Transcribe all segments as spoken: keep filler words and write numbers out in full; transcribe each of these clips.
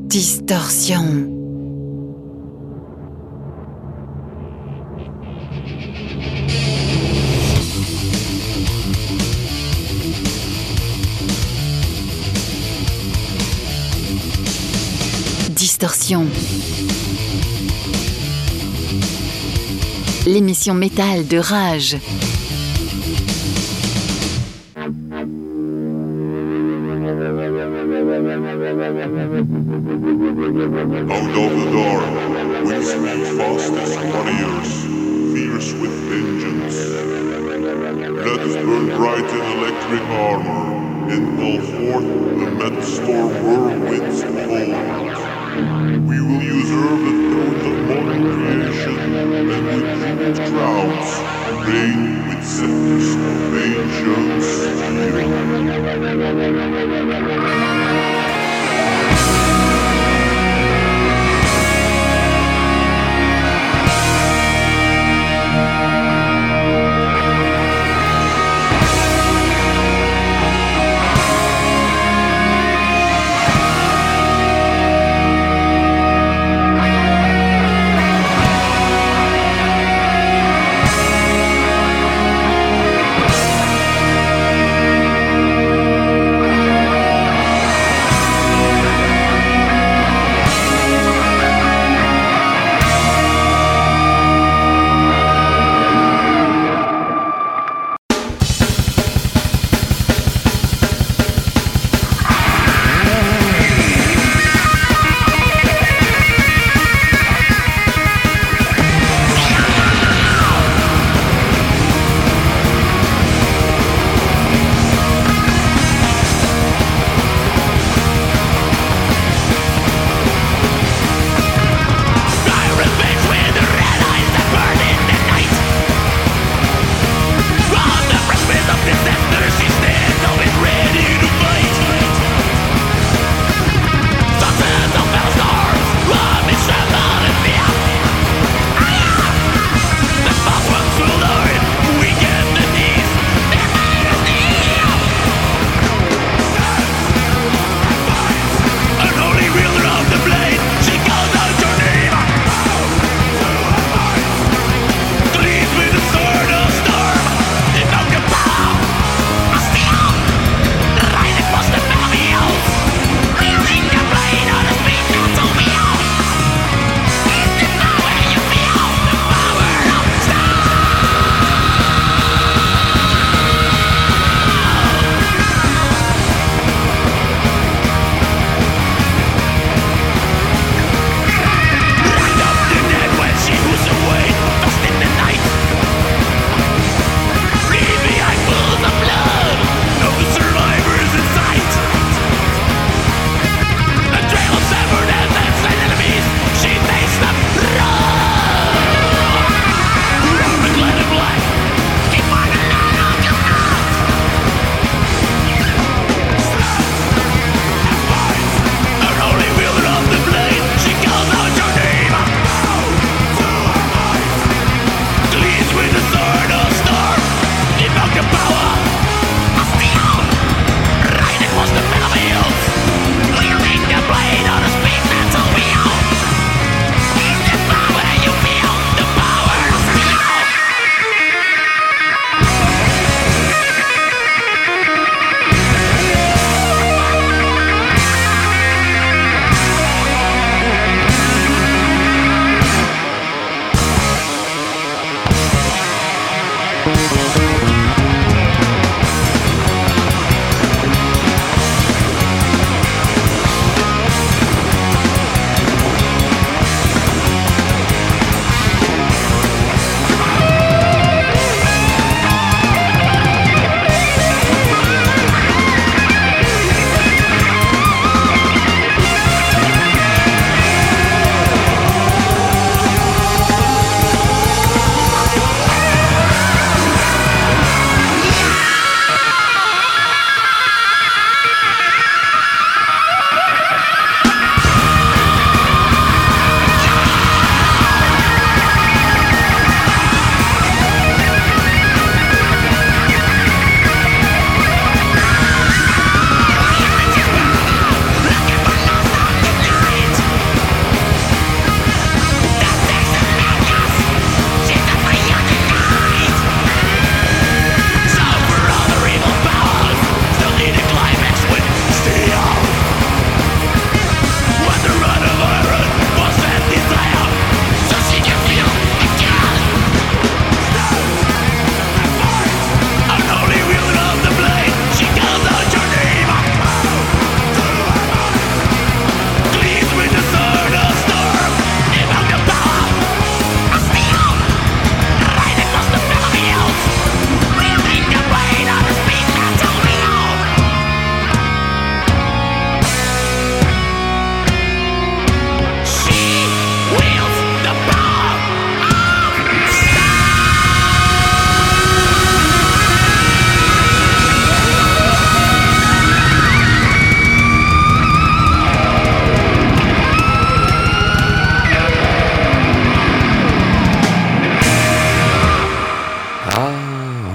Distorsion. Distorsion. L'émission métal de Rage. Out of the dark, we speak fastest warriors, fierce with vengeance. Let us burn bright in electric armor, and call forth the metal storm whirlwinds of fallout. We will usurp the throne of modern creation, and with trooped crowds, reign with scepters of ancient steel.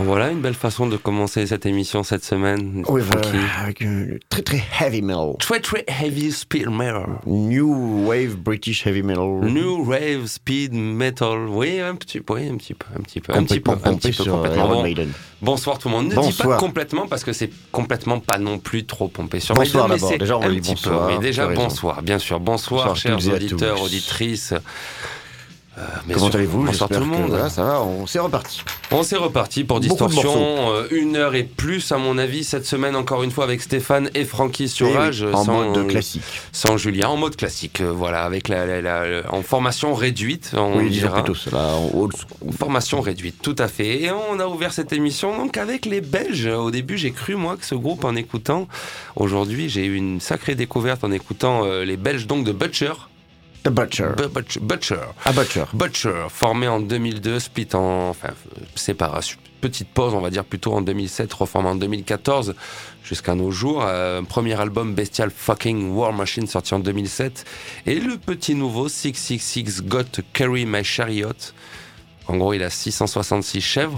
Voilà une belle façon de commencer cette émission cette semaine. Oui, euh, avec une très très heavy metal. Très très heavy speed metal. New wave British heavy metal. New wave speed metal. Oui, un petit peu, oui, un petit peu, un petit peu, un petit peu, un petit peu complètement. Bon. Bonsoir tout le monde. Ne bonsoir. dis pas complètement parce que c'est complètement pas non plus trop pompé sur bonsoir Maiden, d'abord. mais déjà on un dit petit bonsoir. peu. Oui, déjà bonsoir, bien sûr. Bonsoir, bonsoir chers auditeurs, auditrices. Euh, Comment sûr, allez-vous? Bonsoir tout le monde. Que, voilà, ça va, on s'est reparti. On s'est reparti pour Distorsion. Euh, une heure et plus, à mon avis, cette semaine, encore une fois, avec Stéphane et Francky sur et Rage. Oui, en sans, mode classique. Sans Julien, en mode classique, euh, voilà, avec la, la, la, la, en formation réduite. On oui, dira. plutôt cela, en old school. Formation réduite, tout à fait. Et on a ouvert cette émission donc avec les Belges. Au début, j'ai cru, moi, que ce groupe, en écoutant, aujourd'hui, j'ai eu une sacrée découverte en écoutant euh, les Belges, donc de Butcher. The Butcher. Butcher. Butcher. Ah, Butcher. Butcher, formé en deux mille deux, split en. Enfin, séparation. Petite pause, on va dire plutôt en deux mille sept, reformé en deux mille quatorze, jusqu'à nos jours. Euh, premier album Bestial Fucking War Machine, sorti en deux mille sept. Et le petit nouveau six six six Got to Carry My Chariot. En gros, il a six cent soixante-six chèvres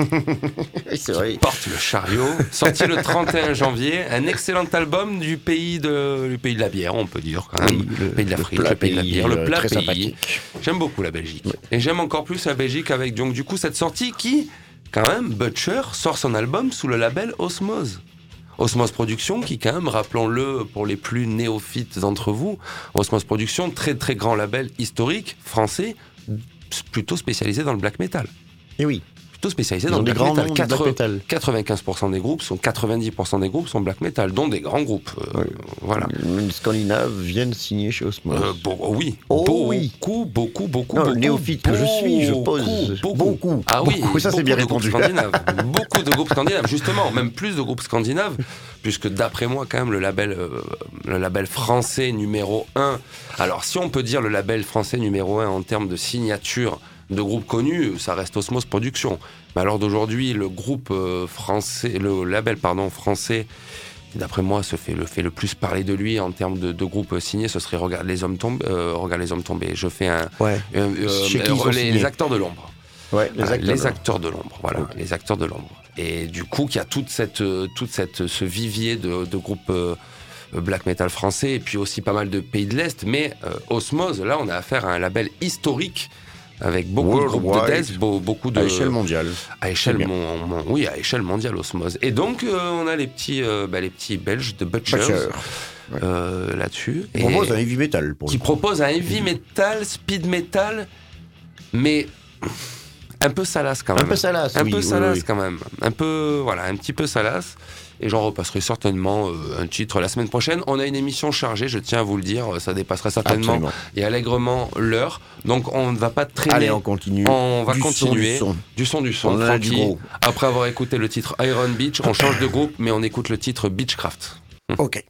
c'est vrai. qui portent le chariot. Sorti le trente et un janvier. Un excellent album du pays de, du pays de la bière, on peut dire. Quand même. Oui, le, le pays de la frite, le, le pays de la bière, le plat très pays. Sympathique. J'aime beaucoup la Belgique. Oui. Et j'aime encore plus la Belgique avec donc du coup cette sortie qui, quand même, Butcher sort son album sous le label Osmose. Osmose Productions, qui quand même, rappelons-le pour les plus néophytes d'entre vous, Osmose Productions, très très grand label historique, français, plutôt spécialisé dans le black metal. Et oui. Plutôt spécialisé Ils dans le black metal. black metal. quatre-vingt-quinze pour cent des groupes sont quatre-vingt-dix pour cent des groupes sont black metal, dont des grands groupes. Euh, oui. Voilà. Les Scandinaves viennent signer chez Osmose. Euh, bon, oui. Oh, beaucoup, oui. beaucoup, beaucoup, beaucoup. Non, beaucoup, le néophyte que je suis, je pose. Beaucoup. beaucoup. Ah oui. Beaucoup, ça c'est bien répondu. Beaucoup de groupes scandinaves, justement, même plus de groupes scandinaves, puisque d'après moi, quand même, le label, euh, le label français numéro un. Alors, si on peut dire le label français numéro un en termes de signature de groupes connus, ça reste Osmose Productions. Mais alors d'aujourd'hui, le groupe euh, français, le label pardon français, qui d'après moi se fait le fait le plus parler de lui en termes de, de groupes signés, ce serait Regarde les hommes tombés. Euh, Regarde les hommes tombés. Je fais un, ouais. un euh, Chez qui euh, les, les acteurs de l'ombre. Ouais, les acteurs, les de, acteurs de l'ombre. Voilà, okay. Les acteurs de l'ombre. Et du coup, qu'il y a toute cette, toute cette, ce vivier de, de groupes. Euh, black metal français, et puis aussi pas mal de pays de l'Est, mais euh, Osmose, là on a affaire à un label historique avec beaucoup World de groupes wide, de death, beaucoup de... À échelle mondiale. À échelle, mon, mon, oui, à échelle mondiale, Osmose. Et donc euh, on a les petits, euh, bah, les petits Belges de Butchers Butcher. Ouais. euh, là-dessus. Qui propose un heavy metal. Pour qui propose un heavy metal, speed metal, mais... un peu salace quand même. Un peu salace, Un oui, peu oui, salace oui. quand même. Un peu, voilà, un petit peu salace. Et j'en repasserai certainement euh, un titre la semaine prochaine. On a une émission chargée, je tiens à vous le dire. Ça dépassera certainement Absolument. et allègrement l'heure. Donc on ne va pas traîner. Allez, on continue. On va du continuer. Son, du, du son, son. du son. On a du gros. Après avoir écouté le titre Iron Beach, on change de groupe, mais on écoute le titre Beechcraft. Ok.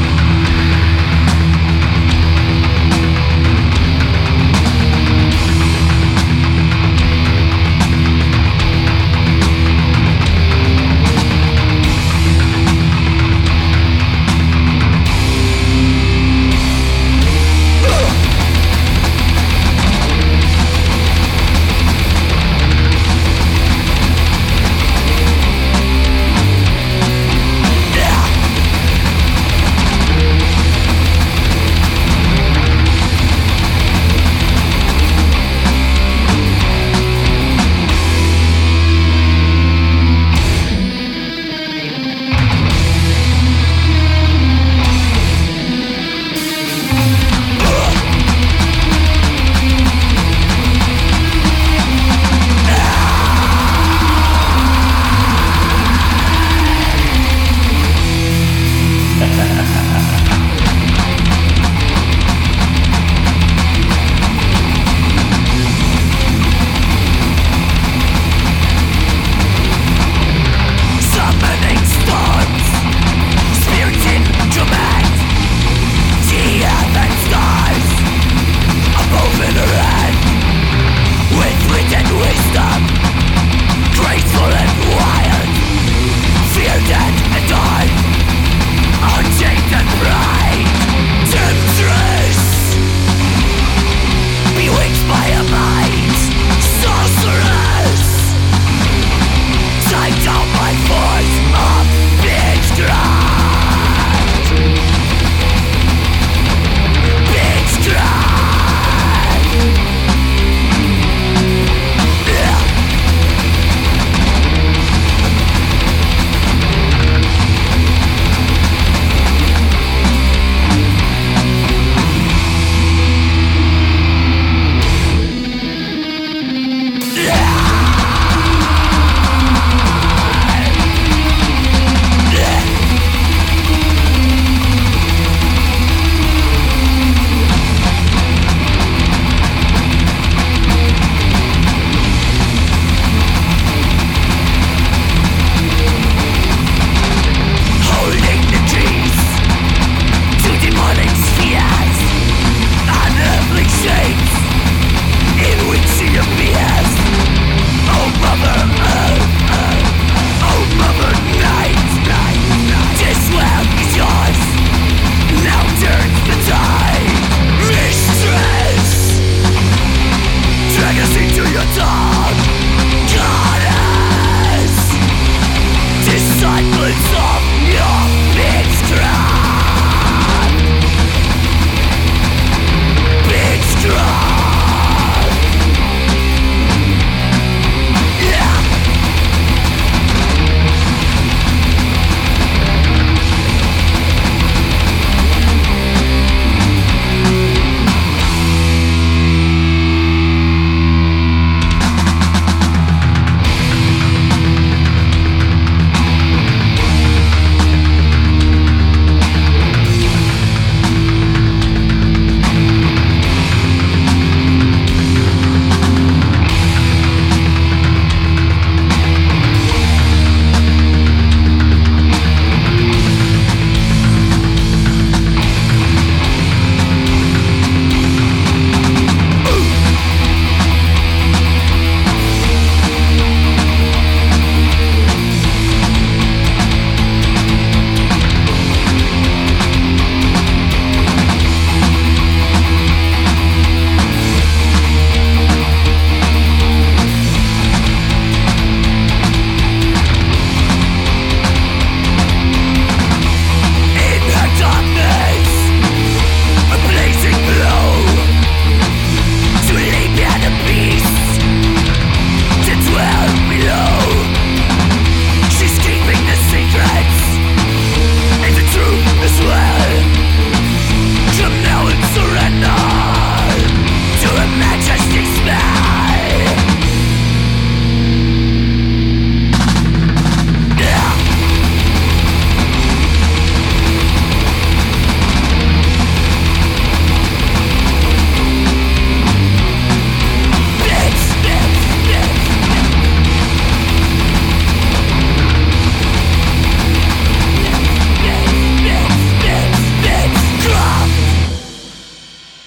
We'll be right back.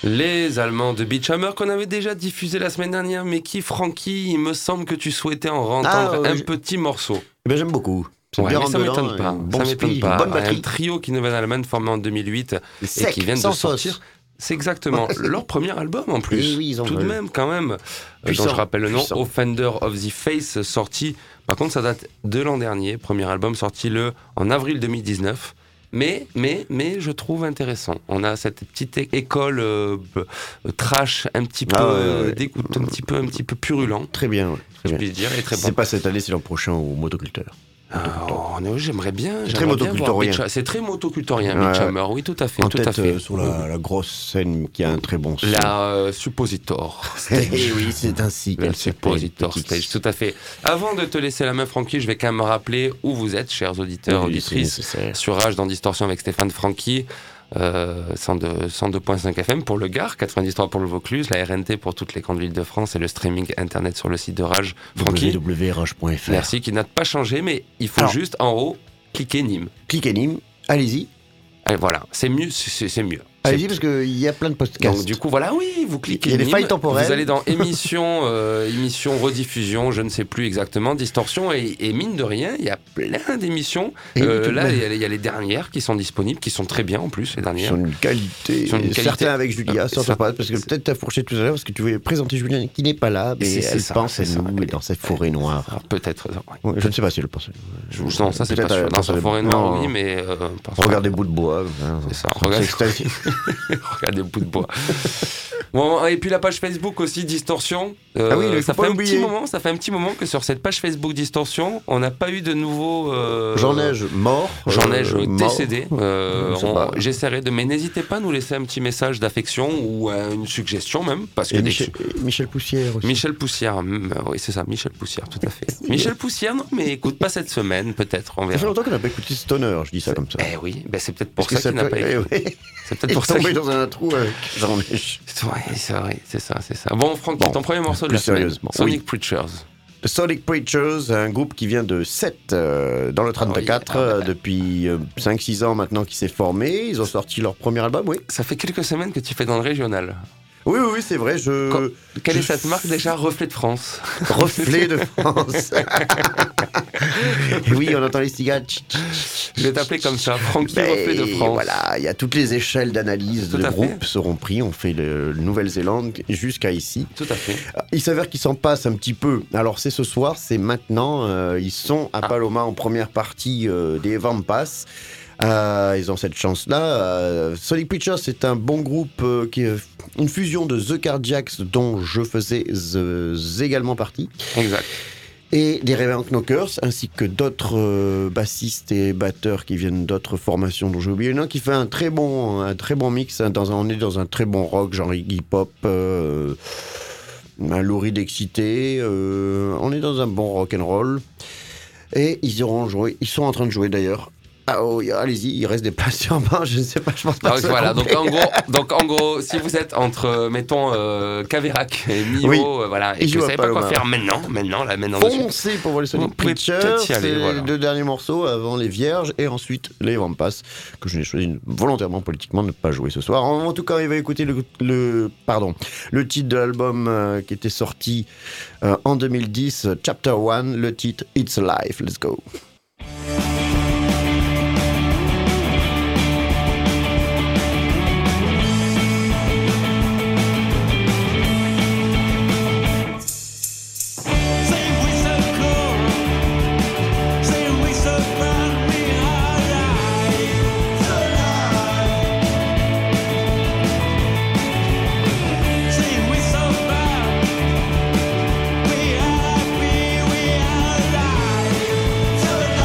Les Allemands de Beach Hammer qu'on avait déjà diffusé la semaine dernière, mais qui, Francky, il me semble que tu souhaitais en entendre Ah, un je- petit morceau. Eh ben, j'aime beaucoup. C'est Ouais, bien mais rentre ça dedans, m'étonne pas. un bon ça m'étonne speed, pas. une bonne Un batterie. trio qui Nouvelle Allemagne formé en deux mille huit et Sec, qui viennent de sans sortir. sauce. C'est exactement leur premier album en plus. Oui, oui, ils en Tout de veulent. même, quand même. Euh, Puissant, dont je rappelle le nom, puissant. Offender of the Face, sorti. Par contre, ça date de l'an dernier. Premier album sorti le en avril deux mille dix-neuf. Mais, mais, mais, je trouve intéressant. On a cette petite é- école euh, b- euh, trash, un petit peu, Ah ouais, euh, ouais. dégoût- un petit peu, un petit peu purulent, Très bien, ouais, très je bien. puis dire, et très Si bon. c'est pas cette année, c'est l'an prochain au motoculteur. Ah, oh, non, j'aimerais bien. C'est j'aimerais très bien motocultorien. voir Beach- C'est très motocultorien, Ouais. Beach Hammer. Oui, tout à fait, En tout à tête fait. euh, sur la, la grosse scène qui a un très bon son. La euh, Suppositor Stage. Eh oui, c'est ainsi Le qu'elle s'appelle. Suppositor Petite- Stage, tout à fait. Avant de te laisser la main, Francky, je vais quand même rappeler où vous êtes, chers auditeurs, Oui, c'est auditrices, nécessaire. sur Rage dans Distorsion avec Stéphane Francky, euh, cent deux cent deux virgule cinq F M pour le Gard, quatre-vingt-dix-trois pour le Vaucluse, la R N T pour toutes les grandes villes de France et le streaming internet sur le site de Rage. Francky, w w w point rage point f r. merci, qui n'a pas changé, mais il faut Alors. juste en haut cliquer Nîmes. Cliquez Nîmes, allez-y. Allez, voilà, c'est mieux, c'est c'est mieux. Allez-y C'est- parce qu'il y a plein de podcasts. Donc du coup voilà, oui, vous cliquez Il y a des Nîmes, failles temporelles. vous allez dans émission, euh, émission, rediffusion, je ne sais plus exactement, distorsion, et, et mine de rien, il y a plein d'émissions. Et Euh, tout de là, même. il y, a, il y a les dernières qui sont disponibles, qui sont très bien en plus, les Ils dernières. sont d'une qualité. Ils sont d'une qualité. Certains avec Julia, Euh, certains ça- pas. Parce que peut-être t'as fourché tout à l'heure parce que tu voulais présenter Julien qui n'est pas là, mais C'est- c'est elle ça, pense à c'est ça. nous et dans cette forêt noire. Alors, peut-être. ouais. Ouais, je ne sais pas si elle pense. Je- non, ça c'est pas Peut-être sûr. elle Dans pense sa à- forêt noire, non. oui, mais. Euh, pas- Regarde des bouts de bois. hein. C'est ça, C'est regarde- extasié. Regarde des bouts de bois. Bon, et puis la page Facebook aussi, Distorsion. Euh, Ah oui, il faut ça pas fait un l'oublier. petit moment, ça fait un petit moment que sur cette page Facebook Distorsion, on n'a pas eu de nouveaux. euh, Jean Neige mort. Jean euh, Neige mort. décédé. Euh, Je sais on- pas. J'essaierai de. Mais n'hésitez pas à nous laisser un petit message d'affection ou euh, une suggestion même. Parce que Et des- Michel, et Michel Poussière aussi. Michel Poussière. hum, euh, Oui, c'est ça, Michel Poussière, tout à fait. Michel Poussière, non, mais écoute pas cette semaine, peut-être, on Ça fait verra. longtemps qu'on n'a pas écouté Stoner, je dis ça comme ça. Eh oui, ben c'est peut-être pour Parce que ça qu'il n'a peut- pas eh écouté. oui. C'est Il peut-être est pour ça tombé qu'il. dans un trou avec Jean Neige. Ouais, c'est vrai, c'est ça, c'est ça. Bon, Francky, Bon, ton premier morceau de plus la semaine, sérieusement, Sonic oui. Preachers. The Sonic Preachers, un groupe qui vient de Sète, euh, dans le trente-quatre, Ah oui, euh, depuis euh, cinq six ans maintenant qui s'est formé. Ils ont sorti leur premier album, oui. Ça fait quelques semaines que tu fais dans le régional. Oui, oui, oui, c'est vrai. Je... Quand- Quelle je- est cette marque déjà? Reflet de France. Reflet de France. Et oui, on entend les cigales. Tch, tch, tch. Je vais t'appeler comme ça, Francky Ben, Reflet de France. Voilà, il y a toutes les échelles d'analyse Tout de à groupe seront pris. On fait le Nouvelle-Zélande jusqu'à ici. Tout à fait. Il s'avère qu'il s'en passe un petit peu. Alors c'est ce soir, c'est maintenant. euh, ils sont à Ah. Paloma en première partie euh, des Vampas. Euh, ils ont cette chance-là. Euh, Sonic Preachers, c'est un bon groupe euh, qui est une fusion de The Cardiacs, dont je faisais euh, également partie, Exact. et des Reverend Knockers, ainsi que d'autres euh, bassistes et batteurs qui viennent d'autres formations dont j'ai oublié le nom, qui fait un très bon, un très bon mix. Hein, dans un, on est dans un très bon rock, genre hip-hop, euh, un lourd d'excité. Euh, on est dans un bon rock and roll. Et ils auront joué, ils sont en train de jouer d'ailleurs. Ah, oh, allez-y, il reste des places sur banc, je ne sais pas, je pense pas. Donc que ça voilà, compte. donc en gros, donc en gros, si vous êtes entre, euh, mettons, euh, Caverac et Mio, Oui. euh, voilà, et Et que je vous vois savez pas pas le quoi mal. faire maintenant, maintenant, là, maintenant, dessus. Foncez pour voir les Sonic Vous pouvez Preachers, peut-être y aller, c'est voilà. les deux derniers morceaux avant les Vierges et ensuite les Vampas, que je n'ai choisi volontairement politiquement de ne pas jouer ce soir. En, en tout cas, il va écouter le, le, pardon, le titre de l'album euh, qui était sorti euh, en deux mille dix, Chapter one, le titre It's Life, let's go. We are happy, we are alive.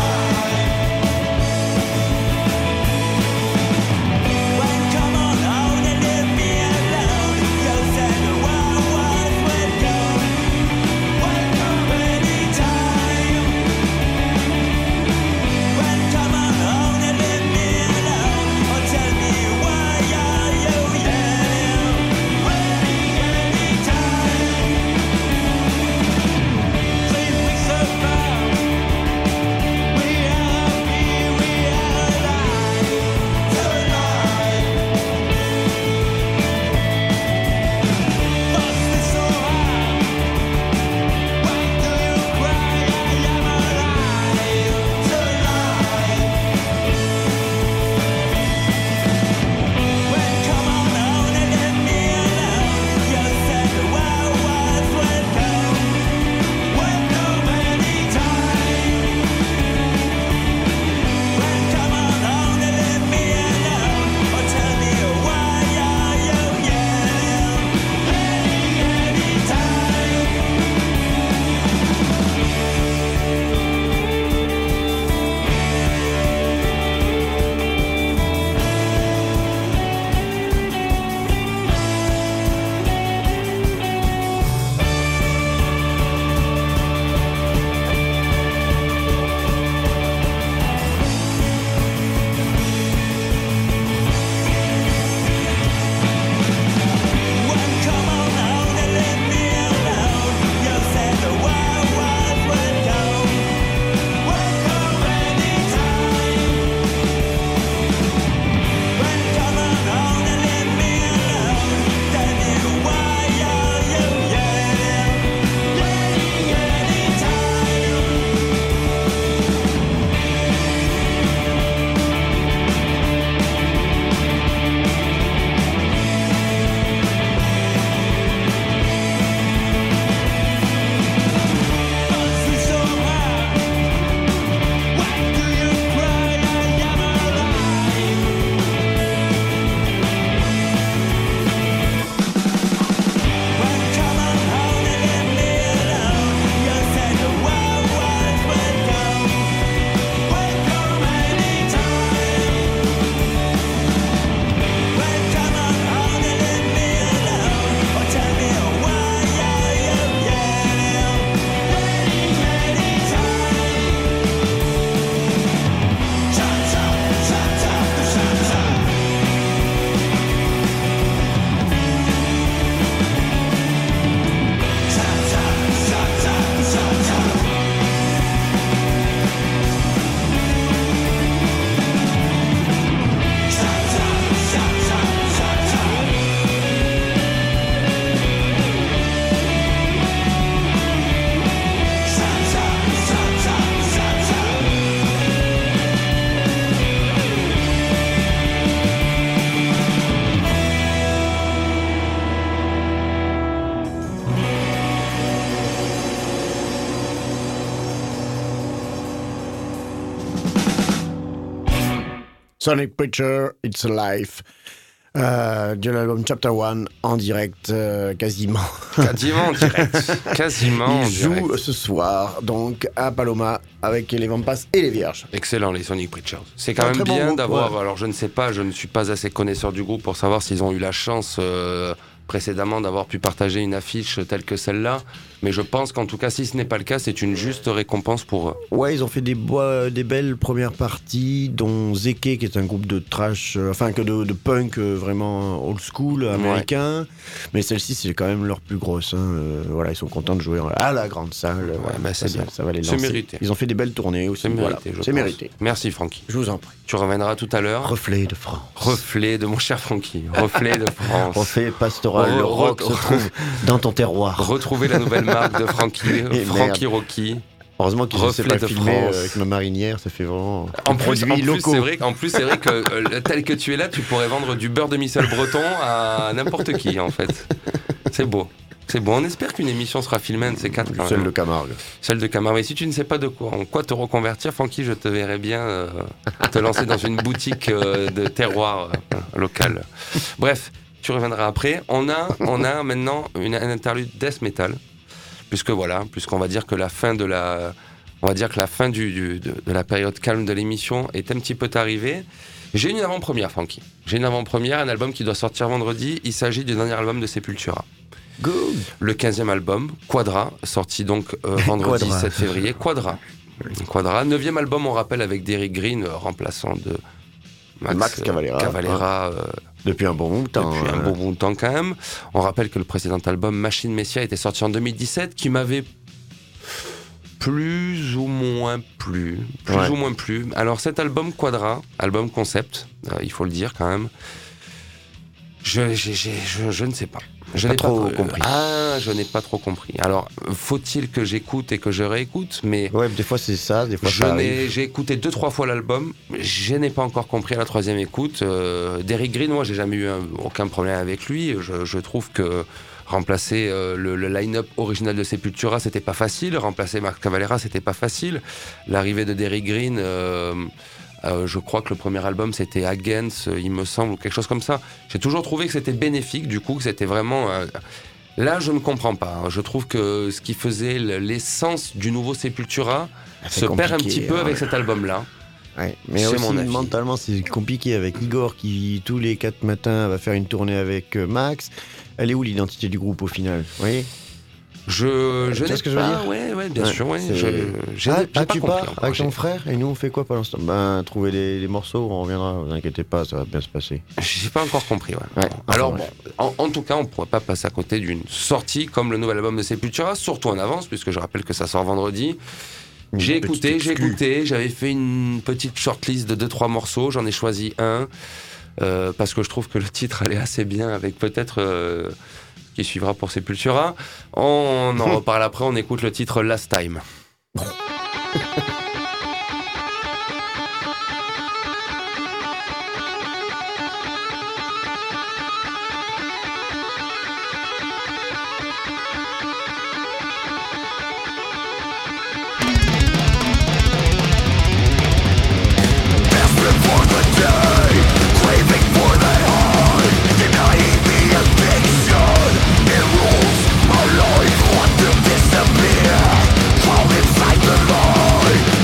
Sonic Preacher, It's Life. Euh, de l'album Chapter One en direct, euh, quasiment. Quasiment en direct. Quasiment en Il joue direct. ce soir, donc, à Paloma, avec les Vampas et les Vierges. Excellent, les Sonic Preachers. C'est quand Un même très bon bien groupe, d'avoir. ouais. Alors, je ne sais pas, je ne suis pas assez connaisseur du groupe pour savoir s'ils ont eu la chance euh, précédemment d'avoir pu partager une affiche telle que celle-là. Mais je pense qu'en tout cas, si ce n'est pas le cas, c'est une juste récompense pour eux. Ouais, ils ont fait des, bois, des belles premières parties, dont Zeke, qui est un groupe de trash, euh, enfin, que de, de punk euh, vraiment old school américain. Ouais. Mais celle-ci, c'est quand même leur plus grosse. Hein. Euh, voilà, ils sont contents de jouer à la grande salle. Ouais, voilà, bah, c'est ça, bien. Ça, ça va les c'est lancer. mérité. Ils ont fait des belles tournées aussi. C'est mérité, voilà. je C'est pense. mérité. Merci, Francky. Je vous en prie. Tu reviendras tout à l'heure. Reflet de France. Reflet de mon cher Francky. Reflet de France. Reflet pastoral. Re- le rock re- se trouve dans ton terroir. Retrouver la nouvelle marque de Francky. Et Francky merde. Rocky. Heureusement qu'ils ne s'est pas de filmé France. euh, avec ma marinière, ça fait vraiment En des plus, produits en plus, locaux. c'est vrai, en plus, c'est vrai que euh, tel que tu es là, tu pourrais vendre du beurre de Michel Breton à n'importe qui, en fait. C'est beau. C'est beau. On espère qu'une émission sera filmée un de ces quatre, quand Celle même. de Camargue. Celle de Camargue. Et si tu ne sais pas de quoi, en quoi te reconvertir, Francky, je te verrais bien euh, te lancer dans une boutique euh, de terroir euh, local. Bref, tu reviendras après. On a, on a maintenant une, un interlude death metal. Puisque voilà, puisqu'on va dire que la fin de la, on va dire que la fin du, du, de, de la période calme de l'émission est un petit peu arrivée. J'ai une avant-première, Francky. J'ai une avant-première, un album qui doit sortir vendredi. Il s'agit du dernier album de Sepultura. Good. Le quinzième album, Quadra, sorti donc euh, vendredi Quadra. sept février. Quadra. Quadra. neuvième album, on rappelle, avec Derrick Green, euh, remplaçant de Max, Max Cavalera. Cavalera euh, Depuis un bon bout de temps. depuis un hein. bon bout de temps quand même. On rappelle que le précédent album, Machine Messia, était sorti en deux mille dix-sept, qui m'avait plus ou moins plu. Plus Ouais. ou moins plu. Alors cet album Quadra, album concept, euh, il faut le dire quand même, je, j'ai- j'ai- je, je ne sais pas. Je Pas n'ai trop pas compris. Ah, je n'ai pas trop compris. Alors, faut-il que j'écoute et que je réécoute, mais Ouais, des fois c'est ça, des fois je ça n'ai, arrive. j'ai écouté deux, trois fois l'album. Je n'ai pas encore compris à la troisième écoute. Euh, Derrick Green, moi, j'ai jamais eu un- aucun problème avec lui. Je, je trouve que remplacer euh, le, le line-up original de Sepultura, c'était pas facile. Remplacer Max Cavalera, c'était pas facile. L'arrivée de Derrick Green, euh, euh, je crois que le premier album, c'était Against, il me semble, ou quelque chose comme ça. J'ai toujours trouvé que c'était bénéfique, du coup, que c'était vraiment... euh, Là, je ne comprends pas. Je trouve que ce qui faisait l'essence du nouveau Sepultura C'est se perd un compliqué, petit peu hein. avec cet album-là. Ouais. Mais C'est aussi mon avis. mentalement c'est compliqué avec Igor qui tous les quatre matins va faire une tournée avec euh, Max. Elle est où l'identité du groupe au final? Vous voyez? Je, je Tu vois n'ai ce que je veux pas, dire? ouais, ouais, bien Ouais, sûr, ouais. c'est- Je, je Ah, n'ai- j'ai ah, pas tu compris pars encore. avec ton J'ai- frère et nous on fait quoi pour l'instant? Ben trouver les, les morceaux, on reviendra, vous inquiétez pas, ça va bien se passer. J'ai pas encore compris, ouais. Ouais. Alors, Enfin, bon, en, en tout cas, on pourrait pas passer à côté d'une sortie comme le nouvel album de Sepultura, surtout en avance, puisque je rappelle que ça sort vendredi. Une J'ai petite écouté, j'ai exclue. écouté, j'avais fait une petite shortlist de deux trois morceaux, j'en ai choisi un, euh, parce que je trouve que le titre allait assez bien avec peut-être euh, ce qui suivra pour Sepultura. On en reparle après, on écoute le titre Last Time. From inside the line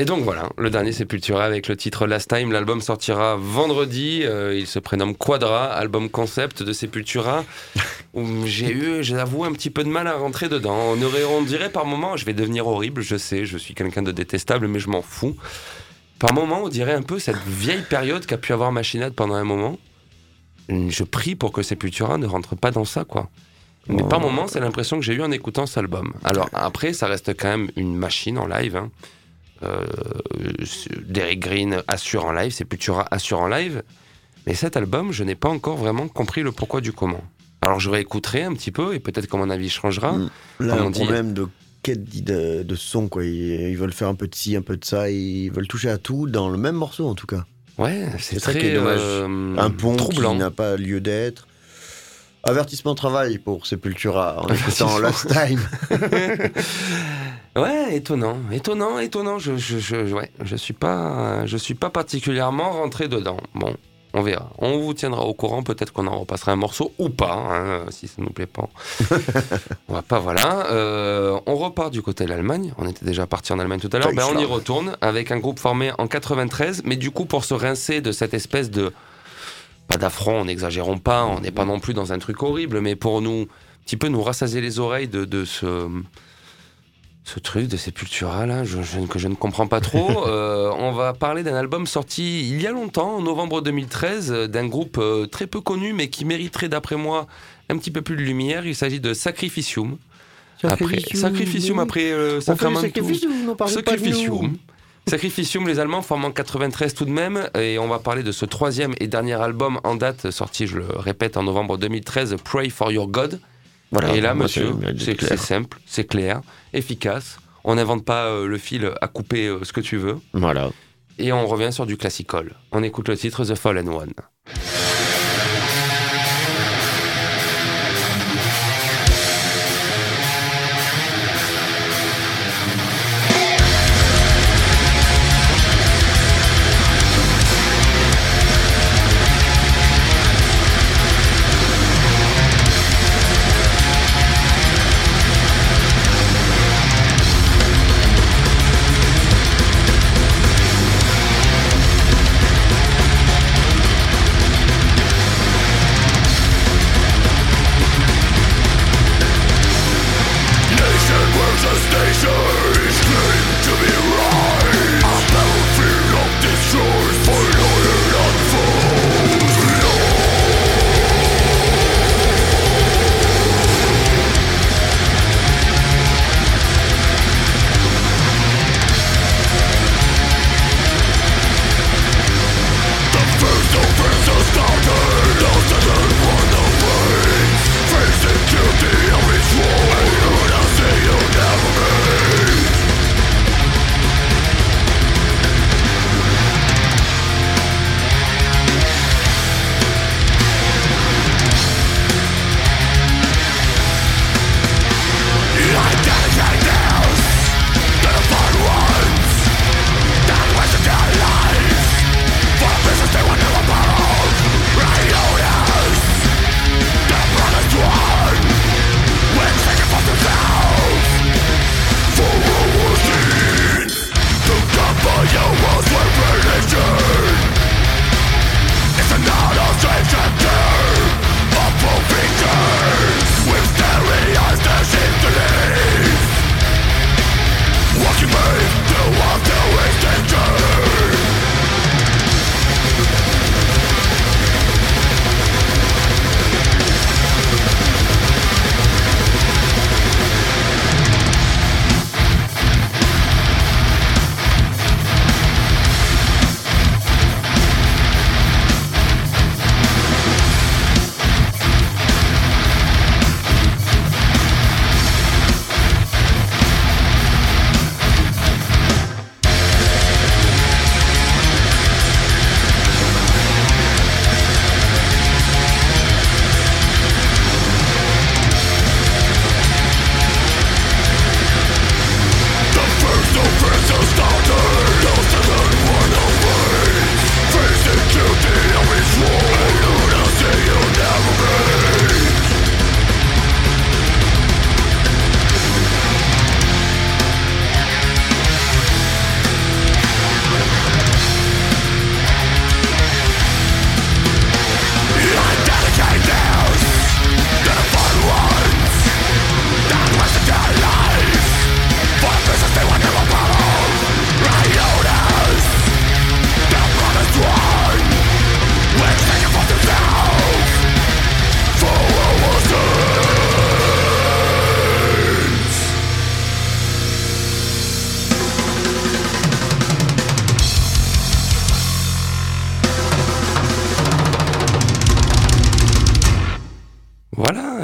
Et donc voilà, le dernier Sepultura avec le titre Last Time. L'album sortira vendredi. Euh, il se prénomme Quadra, album concept de Sepultura. Où j'ai eu, j'avoue, un petit peu de mal à rentrer dedans. On, aurait, on dirait par moments, je vais devenir horrible, je sais, je suis quelqu'un de détestable, mais je m'en fous. Par moments, on dirait un peu cette vieille période qu'a pu avoir Machinade pendant un moment. Je prie pour que Sepultura ne rentre pas dans ça, quoi. Mais oh. par moments, c'est l'impression que j'ai eu en écoutant cet album. Alors après, ça reste quand même une machine en live, hein. Euh, Derek Green assure en live, Sepultura assure en live, mais cet album, je n'ai pas encore vraiment compris le pourquoi du comment. Alors je réécouterai un petit peu et peut-être que mon avis changera. Là, un problème de quête de, de son, quoi. Ils, ils veulent faire un peu de ci, un peu de ça, ils veulent toucher à tout dans le même morceau en tout cas. Ouais, c'est, c'est ça très qui est dommage. Euh, un pont troublant. Qui n'a pas lieu d'être. Avertissement de travail pour Sepultura en écoutant Last Time. Ouais, étonnant, étonnant, étonnant. Je, je, je, ouais, je suis pas, je suis pas particulièrement rentré dedans. Bon, on verra. On vous tiendra au courant. Peut-être qu'on en repassera un morceau ou pas, hein, si ça nous plaît pas. On va pas, voilà. Euh, on repart du côté de l'Allemagne. On était déjà parti en Allemagne tout à l'heure. Ben, on y retourne avec un groupe formé en quatre-vingt-treize, mais du coup pour se rincer de cette espèce de pas d'affront, n'exagérons pas, on n'est pas non plus dans un truc horrible, mais pour nous, un petit peu nous rassasier les oreilles de, de ce, ce truc de Sepultura, là, je, je, que je ne comprends pas trop. euh, on va parler d'un album sorti il y a longtemps, en novembre deux mille treize, d'un groupe euh, très peu connu, mais qui mériterait, d'après moi, un petit peu plus de lumière. Il s'agit de Sacrificium. Sacrificium, après, Sacrificium, après euh, Sacramentum. Sacrificium, Sacrificium. Sacrificium, les Allemands forment en quatre-vingt-treize tout de même, et on va parler de ce troisième et dernier album en date, sorti, je le répète, en novembre deux mille treize, Pray for Your God. Voilà, et là, monsieur, c'est, c'est, c'est simple, c'est clair, efficace, on n'invente pas euh, le fil à couper euh, ce que tu veux. Voilà. Et on revient sur du classical. On écoute le titre The Fallen One.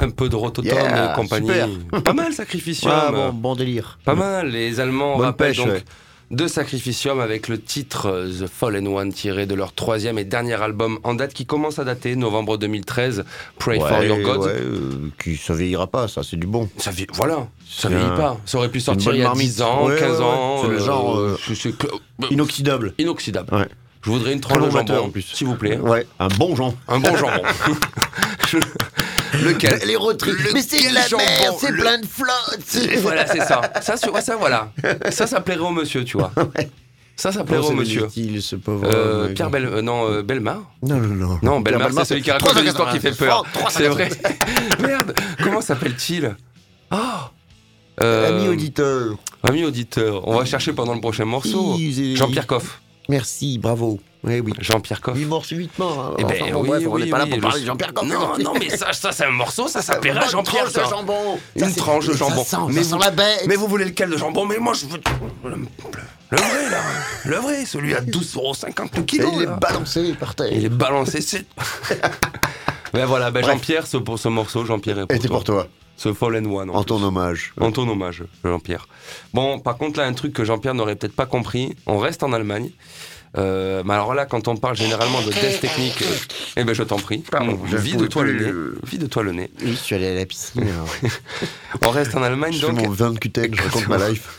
un peu de Rototom Yeah, et compagnie. super. Pas mal Sacrificium. Ah, bon, bon délire. Pas mal. Les Allemands Bonne rappellent pêche, donc ouais. de Sacrificium avec le titre euh, The Fallen One tiré de leur troisième et dernier album en date qui commence à dater, novembre deux mille treize, Pray for Ouais, Your God. ouais, euh, qui ça vieillira pas, ça, c'est du bon. Ça vie- voilà, ça C'est vieillit un- pas. Ça aurait pu une sortir bonne il y a marmite. dix ans, Ouais, quinze ouais, ouais. ans. C'est le genre, euh, c'est- c'est que- Inoxydable. inoxydable. Ouais. Je voudrais une Très tranche de bon batteur, jambon, en plus. s'il vous plaît. Ouais, un bon jambon. Un bon jambon. Je- Lequel Les roteries. Lequel Mais c'est de la jambon merde, c'est Le- plein de flotte. Et voilà, c'est ça. Ça, sur- ouais, ça, voilà. Ça, ça plairait au monsieur, tu vois. Ça, ça plairait au monsieur. Il, ce pauvre. Euh, homme, Pierre quoi. Bel... euh, non, euh, Bellemare. Non, non, non. Non, Bellemare, Bellemare, c'est celui qui raconte trois une histoire qui fait peur. trois cent C'est vrai. Merde, comment s'appelle-t-il Ah euh, Ami auditeur. Ami auditeur. On va chercher pendant le prochain morceau. Ils- Jean-Pierre Coff. Merci, bravo. Oui, oui. Jean-Pierre Coff. Il est mort subitement. Hein. Eh ben, Enfin, bon, oui, bref, on oui, n'est pas là oui, pour le- parler de Jean-Pierre Coff. Non, non, mais ça, ça c'est un morceau, ça s'appellera Une Jean-Pierre, tranche de ça. jambon. Une Ça, c'est- tranche de ça jambon. sent- mais, ça vous, sent la bête. mais vous voulez lequel de jambon? Mais moi, je veux le, le vrai, là. Le vrai, celui à douze euros cinquante le Et kilo. il est là. balancé par terre. Il est balancé, c'est... Ben voilà, ben Bref. Jean-Pierre, ce, pour ce morceau, Jean-Pierre est pour Et c'est toi. pour toi, Ce Fallen One. en plus. ton hommage. En ton hommage, Jean-Pierre. Bon, par contre, là, un truc que Jean-Pierre n'aurait peut-être pas compris, on reste en Allemagne. Euh, mais alors là, quand on parle généralement de death technique, euh, eh ben je t'en prie, Pardon, je vide pouvais toi le plus, nez, euh. vide-toi le nez. Oui, je suis allé à la piscine. alors. On reste en Allemagne, Je fais donc mon vin de cutègue, je raconte ma life.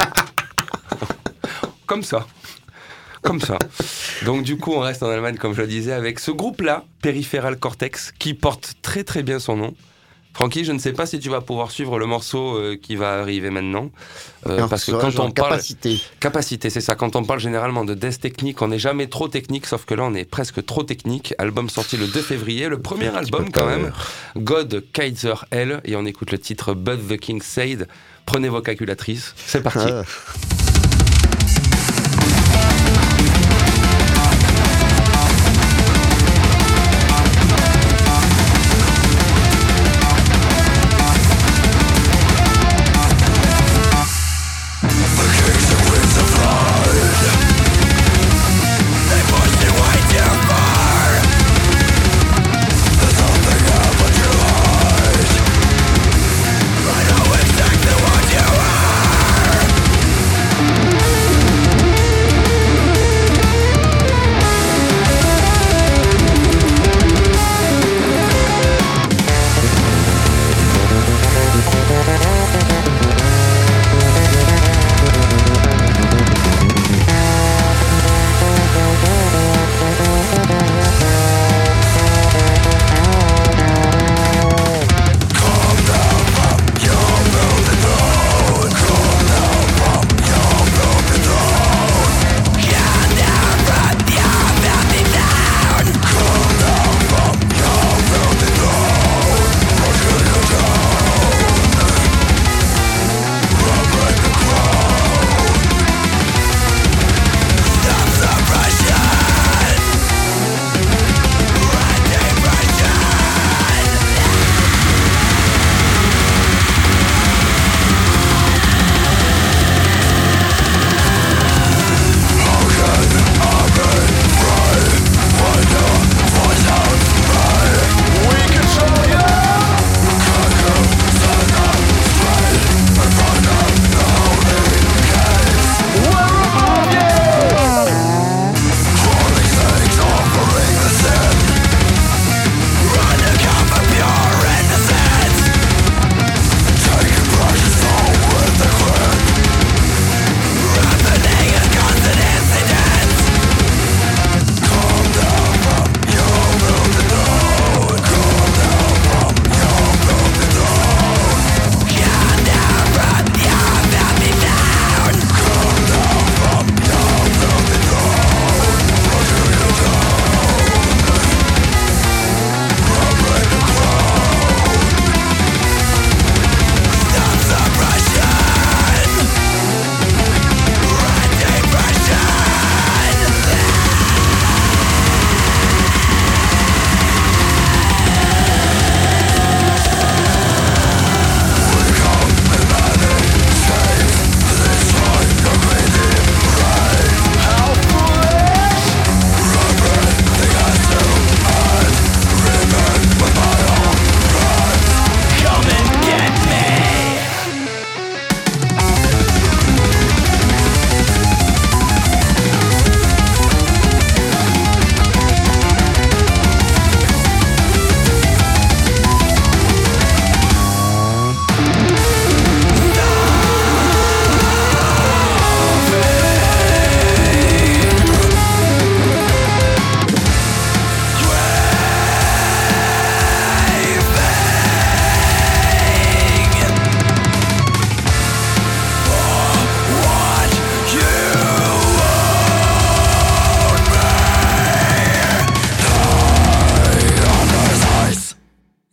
comme ça, comme ça. Donc du coup, on reste en Allemagne, comme je le disais, avec ce groupe-là, Peripheral Cortex, qui porte très très bien son nom. Francky, je ne sais pas si tu vas pouvoir suivre le morceau euh, qui va arriver maintenant, euh, Alors, parce que ça, quand genre on parle capacité. capacité, c'est ça. Quand on parle généralement de death technique, on n'est jamais trop technique, sauf que là, on est presque trop technique. Album sorti le deux février, le premier Un petit album peu quand peur. même. God Kaiser Hell, et on écoute le titre But the King Said. Prenez vos calculatrices, c'est parti. Ah. I know exactly what you are.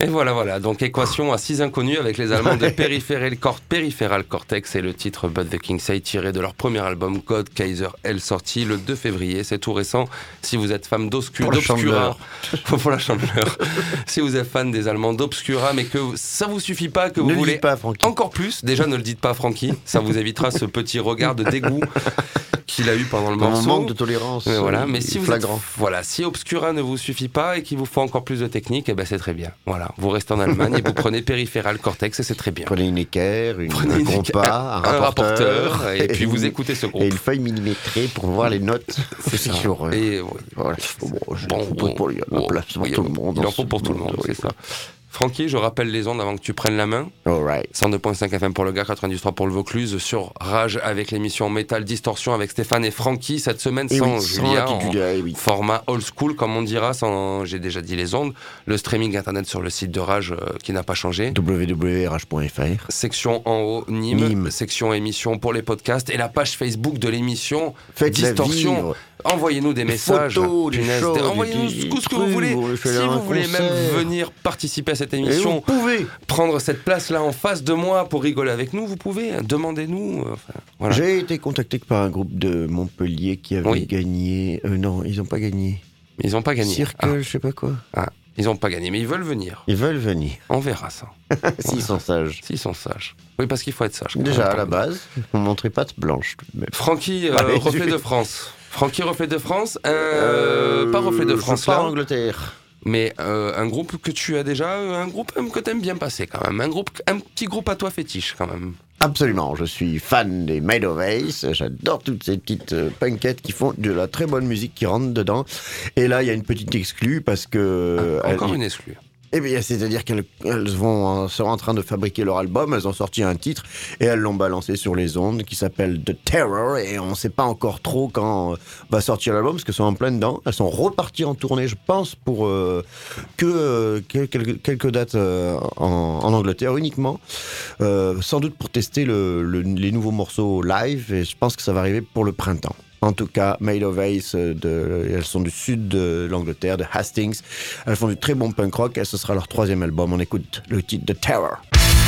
Et voilà, voilà. Donc, équation à six inconnus avec les Allemands de Peripheral, Cor- Peripheral Cortex et le titre But the King Say tiré de leur premier album God Kaiser L sorti le deux février. C'est tout récent. Si vous êtes fan d'Obscu- Pour la d'Obscura, pour la chandeleur. Si vous êtes fan des Allemands d'Obscura, mais que ça vous suffit pas, que vous Ne le voulez dites pas, Francky. encore plus, déjà ne le dites pas, Francky. Ça vous évitera ce petit regard de dégoût qu'il a eu pendant le Dans morceau. mon manque de tolérance. Mais voilà, euh, mais si vous flagrant. êtes, voilà, si Obscura ne vous suffit pas et qu'il vous faut encore plus de technique, eh ben c'est très bien. Voilà, vous restez en Allemagne et vous prenez Peripheral Cortex et c'est très bien. Prenez une équerre, une, Prenez un une compas, équerre, un, rapporteur, et puis vous écoutez ce groupe. Et une feuille millimétrée pour voir les notes. C'est ça. Quelle horreur. Et oui. Voilà. Bon, je Bon, propose bon, pour il y a de la bon, place pour oui, tout le monde. Il dans en faut ce pour tout le monde, oui, c'est ça. Francky, je rappelle les ondes avant que tu prennes la main. All right. cent deux virgule cinq F M pour le gars, quatre-vingt-dix trois pour le Vaucluse, sur Rage avec l'émission Metal Distortion avec Stéphane et Francky cette semaine Et sans oui, sans Julia, la petite en Julia, eh oui. format old school comme on dira, sans, j'ai déjà dit les ondes, le streaming internet sur le site de Rage euh, qui n'a pas changé. w w w point rage point f r. Section en haut, Nîmes, Nîmes. section émission pour les podcasts et la page Facebook de l'émission Faites-la Distortion. vivre. Envoyez-nous des messages, photos, des punaise, choses, envoyez-nous des- tout ce que des vous voulez. trucs, vous Si faites un vous voulez même concert. venir participer à cette Et vous émission, pouvez. prendre cette place-là en face de moi pour rigoler avec nous, vous pouvez, demandez-nous. euh, Enfin, voilà. J'ai été contacté par un groupe de Montpellier qui avait Oui. gagné. euh, non, ils n'ont pas gagné. Ils n'ont pas gagné. Circle, je sais pas quoi. Ah, ah, ils n'ont pas gagné, mais ils veulent venir. Ils veulent venir. On verra ça. S'ils sont sages. S'ils sont sages. Oui, parce qu'il faut être sage. quand Déjà, même. à la base, on montrait patte blanche. tout de même. Francky, euh, Allez, reflet je- de France. Francky, reflet de France. Euh, pas reflet de je France pars là. en Angleterre. Mais euh, un groupe que tu as déjà, euh, un groupe euh, que t'aimes bien passer quand même, un groupe, un petit groupe à toi fétiche quand même. Absolument, je suis fan des Made of Ace, j'adore toutes ces petites euh, punkettes qui font de la très bonne musique qui rentre dedans. Et là, il y a une petite exclue parce que... Ah, encore elles- une exclue. Eh bien, c'est-à-dire qu'elles elles vont, euh, sont en train de fabriquer leur album, elles ont sorti un titre et elles l'ont balancé sur les ondes qui s'appelle The Terror et on ne sait pas encore trop quand euh, va sortir l'album parce qu'elles sont en plein dedans. Elles sont reparties en tournée, je pense, pour euh, que euh, quelques, quelques dates euh, en, en Angleterre uniquement, euh, sans doute pour tester le, le- les nouveaux morceaux live et je pense que ça va arriver pour le printemps. En tout cas, Made of Ace, de, elles sont du sud de l'Angleterre, de Hastings. Elles font du très bon punk rock et ce sera leur troisième album. On écoute le titre The Terror.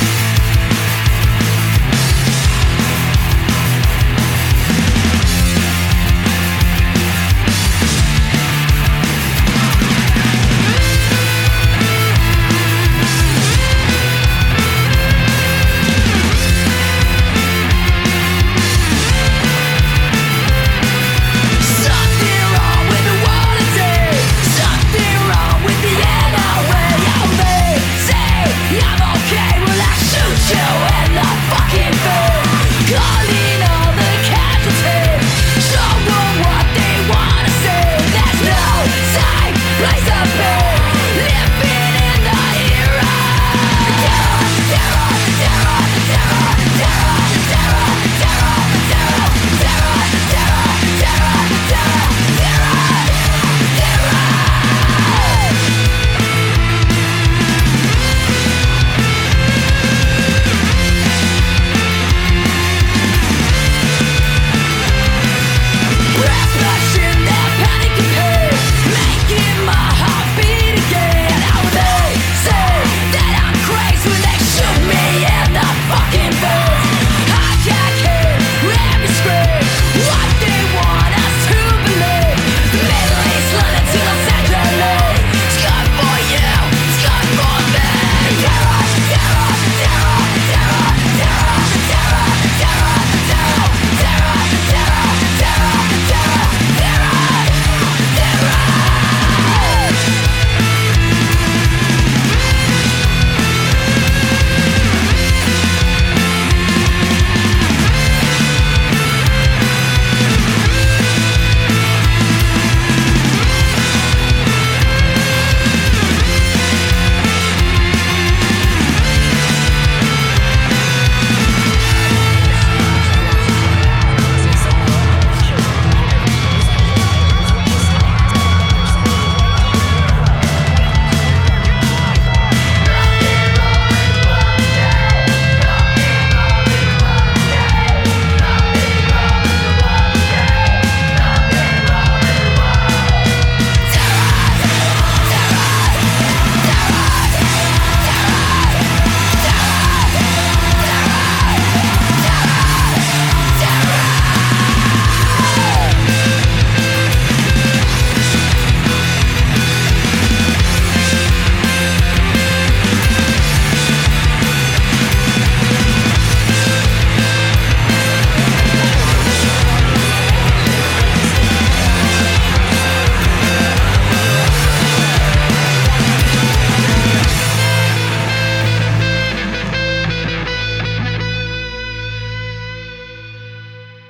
Something wrong with the world today. Something wrong with the N R A. Say I'm okay.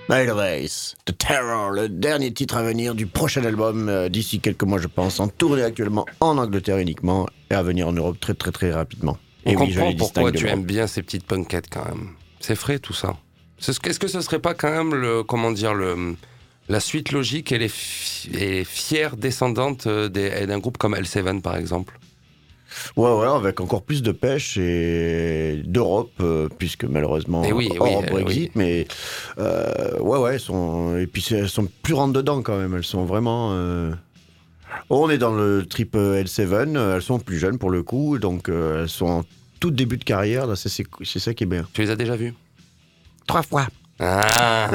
Night Race, The Terror, le dernier titre à venir du prochain album euh, d'ici quelques mois, je pense, en tournée actuellement en Angleterre uniquement et à venir en Europe très très très rapidement. On et oui, je comprend les pourquoi distingue de tu moi. aimes bien ces petites punkettes quand même. C'est frais tout ça. C'est ce- Est-ce que ce serait pas quand même le, comment dire, le, la suite logique et les, fi- et fières descendantes euh, des- d'un groupe comme L sept par exemple? Ouais, ouais, avec encore plus de pêche et d'Europe, euh, puisque malheureusement, Et oui, hors oui, euh, Brexit, oui. mais euh, ouais, ouais, elles sont, et puis c'est- elles sont plus rentre dedans quand même, elles sont vraiment... euh, on est dans le trip L sept, euh, elles sont plus jeunes pour le coup, donc euh, elles sont en tout début de carrière, là, c'est, c'est, c'est ça qui est bien. Tu les as déjà vus? Trois fois. Ah.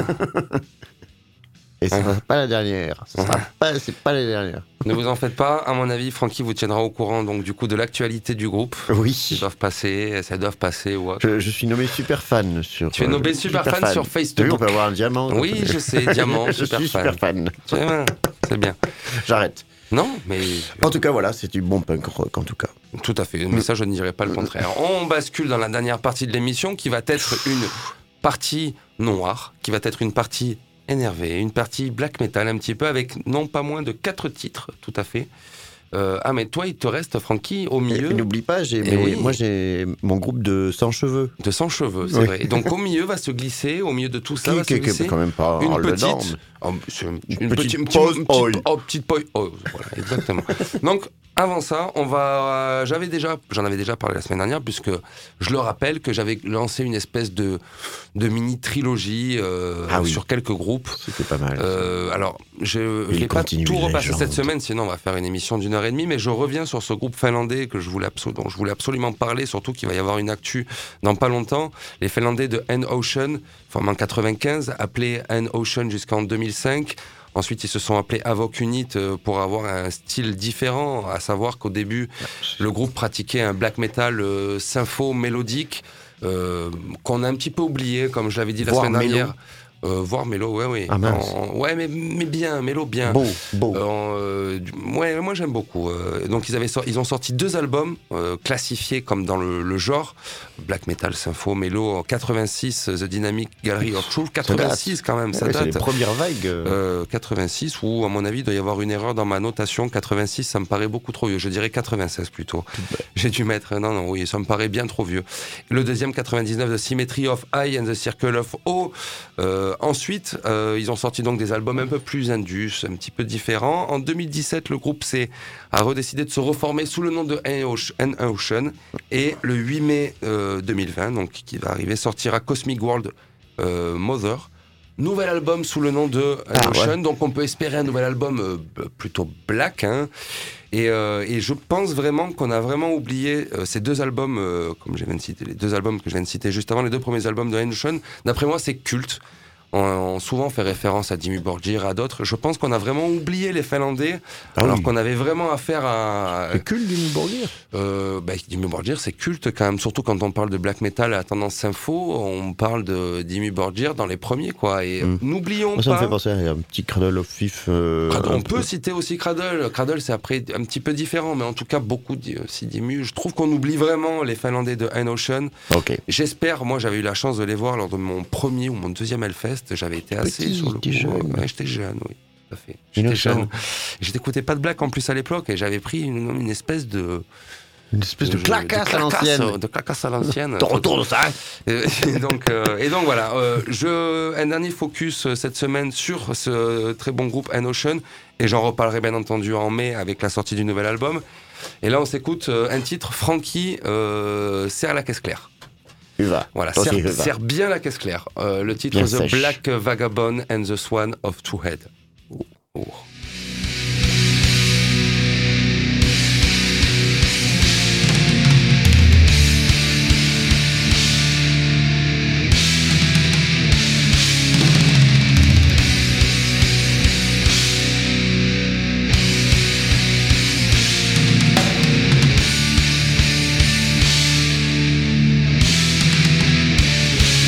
Et ce sera pas la dernière, ce sera pas, c'est pas la dernière. Ne vous en faites pas, à mon avis, Francky vous tiendra au courant donc du coup de l'actualité du groupe. Ils Oui, doivent passer, ça doivent passer ou autre. je, je suis nommé super fan sur... Tu es nommé euh, super fan sur Facebook. Tu veux, on peut avoir un diamant. Oui, quand- je sais, diamant, je super suis fan. super fan. C'est bien, c'est bien. J'arrête. Non, mais En tout cas, voilà, c'est du bon punk rock, en tout cas. tout à fait. Mais ça, je ne dirais pas le contraire. On bascule dans la dernière partie de l'émission qui va être une partie noire, qui va être une partie énervée, une partie black metal un petit peu avec non pas moins de quatre titres, tout à fait. Euh, ah, mais toi, il te reste, Francky, au Et, milieu et n'oublie pas, j'ai, Eh mes- oui. moi j'ai mon groupe de sans cheveux. de cent cheveux, c'est Oui. vrai. Et donc, au milieu va se glisser, au milieu de tout ça, Qui, va se qui, qui glisser est quand même pas une hors le petite, dedans, oh, c'est une, Une une petite petite, pause une petite- oil. oh, petite pause oil. Voilà, exactement. Donc, avant ça, on va. euh, J'avais déjà, j'en avais déjà parlé la semaine dernière, puisque je le rappelle que j'avais lancé une espèce de de mini trilogie euh, Ah oui. sur quelques groupes. C'était pas mal. Euh, alors, je ne Il vais pas continue tout les repasser légendes. cette semaine, sinon on va faire une émission d'une heure et demie, mais je reviens sur ce groupe finlandais que je voulais abso- dont je voulais absolument parler, surtout qu'il va y avoir une actu dans pas longtemps. Les Finlandais de N-Ocean, formés en quatre-vingt-quinze, appelés N-Ocean jusqu'en deux mille cinq. Ensuite, ils se sont appelés Avok Unit euh, pour avoir un style différent, à savoir qu'au début, le groupe pratiquait un black metal euh, sympho-mélodique, euh, qu'on a un petit peu oublié, comme je l'avais dit la Voire semaine mélo. dernière. Euh, voire mélo, ouais, ouais. Ah, mince. En- ouais, mais, mais bien, mélo bien. Beau, beau. Euh, en, euh, du- ouais, moi j'aime beaucoup. Euh, donc ils avaient sor- ils ont sorti deux albums euh, classifiés comme dans le, le genre black metal, sympho, mélo. En quatre-vingt-six, The Dynamic Gallery of Truth. quatre-vingt-six quand même, ça Ouais, c'est les date. premières vagues. euh, Euh, quatre-vingt-six, où à mon avis il doit y avoir une erreur dans ma notation. quatre-vingt-six, ça me paraît beaucoup trop vieux. Je dirais quatre-vingt-seize plutôt. J'ai dû mettre. Non, non, oui, ça me paraît bien trop vieux. Le deuxième, quatre-vingt-dix-neuf, The Symmetry of Eye and the Circle of O. Euh, ensuite, euh, ils ont sorti donc des albums un peu plus indus, un petit peu différents. En deux mille dix-sept, le groupe s'est, a redécidé de se reformer sous le nom de N-Ocean. Et le huit mai euh, deux mille vingt, donc qui va arriver, sortira Cosmic World euh, Mother. Nouvel album sous le nom de Ah, N-Ocean, ouais. donc on peut espérer un nouvel album euh, b- plutôt black. Hein. Et, euh, et je pense vraiment qu'on a vraiment oublié euh, ces deux albums, euh, comme je viens de citer, les deux albums que je viens de citer juste avant, les deux premiers albums de N-Ocean. D'après moi, c'est culte. On, on souvent fait référence à Dimmu Borgir, à d'autres. Je pense qu'on a vraiment oublié les Finlandais, Ah alors oui. qu'on avait vraiment affaire à... C'est culte du Bourguire. Euh, bah, Dimmu Borgir, c'est culte quand même, surtout quand on parle de black metal à tendance sympho, on parle de Dimmu Borgir dans les premiers, quoi. Et Mm. n'oublions Moi, ça me pas... fait penser à un petit Cradle of Fifth. euh, Cradle, un on peu. peut citer aussi Cradle. Cradle, c'est après un petit peu différent, mais en tout cas beaucoup di- aussi Dimmu. Je trouve qu'on oublie vraiment les Finlandais de N-Ocean. Ok. J'espère, moi j'avais eu la chance de les voir lors de mon premier ou mon deuxième Hellfest. J'avais été assez Petit, sur le coup. t'es jeune. Ouais, j'étais jeune, oui. Tout à fait. J'étais Innocent. jeune. Je n'écoutais pas de black en plus à l'époque et j'avais pris une, une espèce de. Une espèce de de- clacasse de à l'ancienne. clacasse, De clacasse à l'ancienne. Ton retour de ça. Euh, Et donc, euh, et donc voilà, euh, je, un dernier focus euh, cette semaine sur ce très bon groupe N-Ocean, et j'en reparlerai bien entendu en mai avec la sortie du nouvel album. Et là, on s'écoute euh, un titre, Francky euh, serre la caisse claire. Uva. Voilà, Toi aussi, serre, Uva. serre bien la caisse claire. Euh, le titre Bien The sèche. Black Vagabond and the Swan of Two Head. Oh, oh.